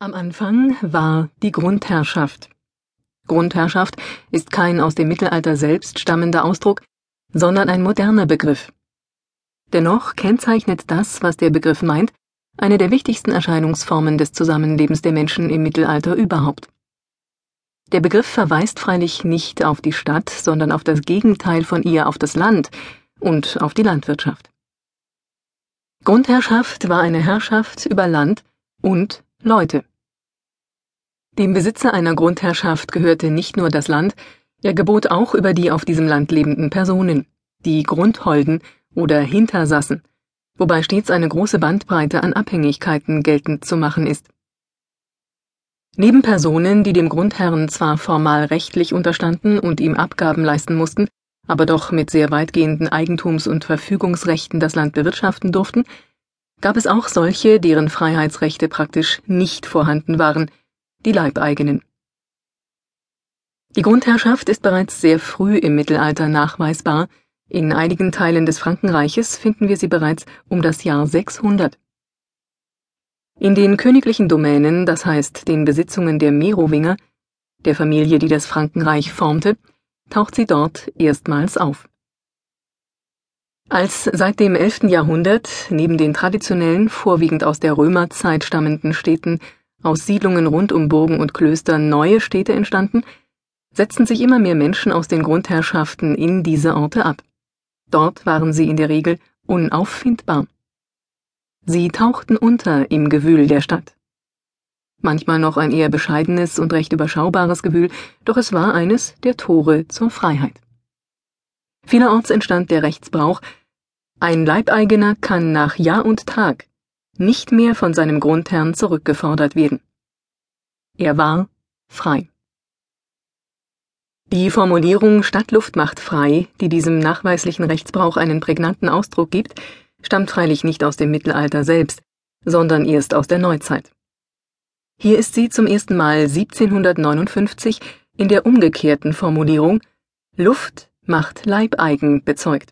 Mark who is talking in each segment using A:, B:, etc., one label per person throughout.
A: Am Anfang war die Grundherrschaft. Grundherrschaft ist kein aus dem Mittelalter selbst stammender Ausdruck, sondern ein moderner Begriff. Dennoch kennzeichnet das, was der Begriff meint, eine der wichtigsten Erscheinungsformen des Zusammenlebens der Menschen im Mittelalter überhaupt. Der Begriff verweist freilich nicht auf die Stadt, sondern auf das Gegenteil von ihr, auf das Land und auf die Landwirtschaft. Grundherrschaft war eine Herrschaft über Land und Leute. Dem Besitzer einer Grundherrschaft gehörte nicht nur das Land, er gebot auch über die auf diesem Land lebenden Personen, die Grundholden oder Hintersassen, wobei stets eine große Bandbreite an Abhängigkeiten geltend zu machen ist. Neben Personen, die dem Grundherrn zwar formal rechtlich unterstanden und ihm Abgaben leisten mussten, aber doch mit sehr weitgehenden Eigentums- und Verfügungsrechten das Land bewirtschaften durften, gab es auch solche, deren Freiheitsrechte praktisch nicht vorhanden waren, die Leibeigenen. Die Grundherrschaft ist bereits sehr früh im Mittelalter nachweisbar. In einigen Teilen des Frankenreiches finden wir sie bereits um das Jahr 600. In den königlichen Domänen, das heißt den Besitzungen der Merowinger, der Familie, die das Frankenreich formte, taucht sie dort erstmals auf. Als seit dem 11. Jahrhundert neben den traditionellen, vorwiegend aus der Römerzeit stammenden Städten aus Siedlungen rund um Burgen und Klöster neue Städte entstanden, setzten sich immer mehr Menschen aus den Grundherrschaften in diese Orte ab. Dort waren sie in der Regel unauffindbar. Sie tauchten unter im Gewühl der Stadt. Manchmal noch ein eher bescheidenes und recht überschaubares Gewühl, doch es war eines der Tore zur Freiheit. Vielerorts entstand der Rechtsbrauch, ein Leibeigener kann nach Jahr und Tag nicht mehr von seinem Grundherrn zurückgefordert werden. Er war frei. Die Formulierung Stadtluft macht frei, die diesem nachweislichen Rechtsbrauch einen prägnanten Ausdruck gibt, stammt freilich nicht aus dem Mittelalter selbst, sondern erst aus der Neuzeit. Hier ist sie zum ersten Mal 1759 in der umgekehrten Formulierung Luft macht Leibeigen bezeugt.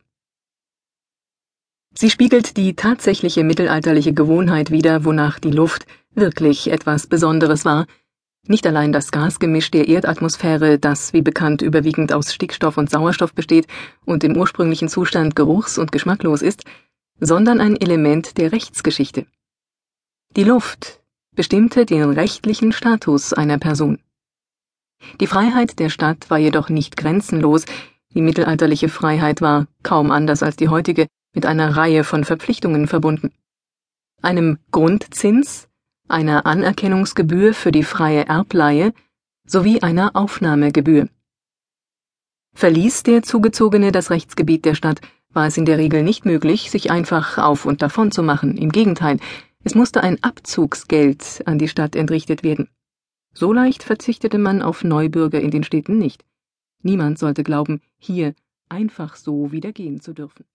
A: Sie spiegelt die tatsächliche mittelalterliche Gewohnheit wider, wonach die Luft wirklich etwas Besonderes war, nicht allein das Gasgemisch der Erdatmosphäre, das wie bekannt überwiegend aus Stickstoff und Sauerstoff besteht und im ursprünglichen Zustand geruchs- und geschmacklos ist, sondern ein Element der Rechtsgeschichte. Die Luft bestimmte den rechtlichen Status einer Person. Die Freiheit der Stadt war jedoch nicht grenzenlos, die mittelalterliche Freiheit war, kaum anders als die heutige, mit einer Reihe von Verpflichtungen verbunden. Einem Grundzins, einer Anerkennungsgebühr für die freie Erbleihe sowie einer Aufnahmegebühr. Verließ der Zugezogene das Rechtsgebiet der Stadt, war es in der Regel nicht möglich, sich einfach auf und davon zu machen. Im Gegenteil, es musste ein Abzugsgeld an die Stadt entrichtet werden. So leicht verzichtete man auf Neubürger in den Städten nicht. Niemand sollte glauben, hier einfach so wieder gehen zu dürfen.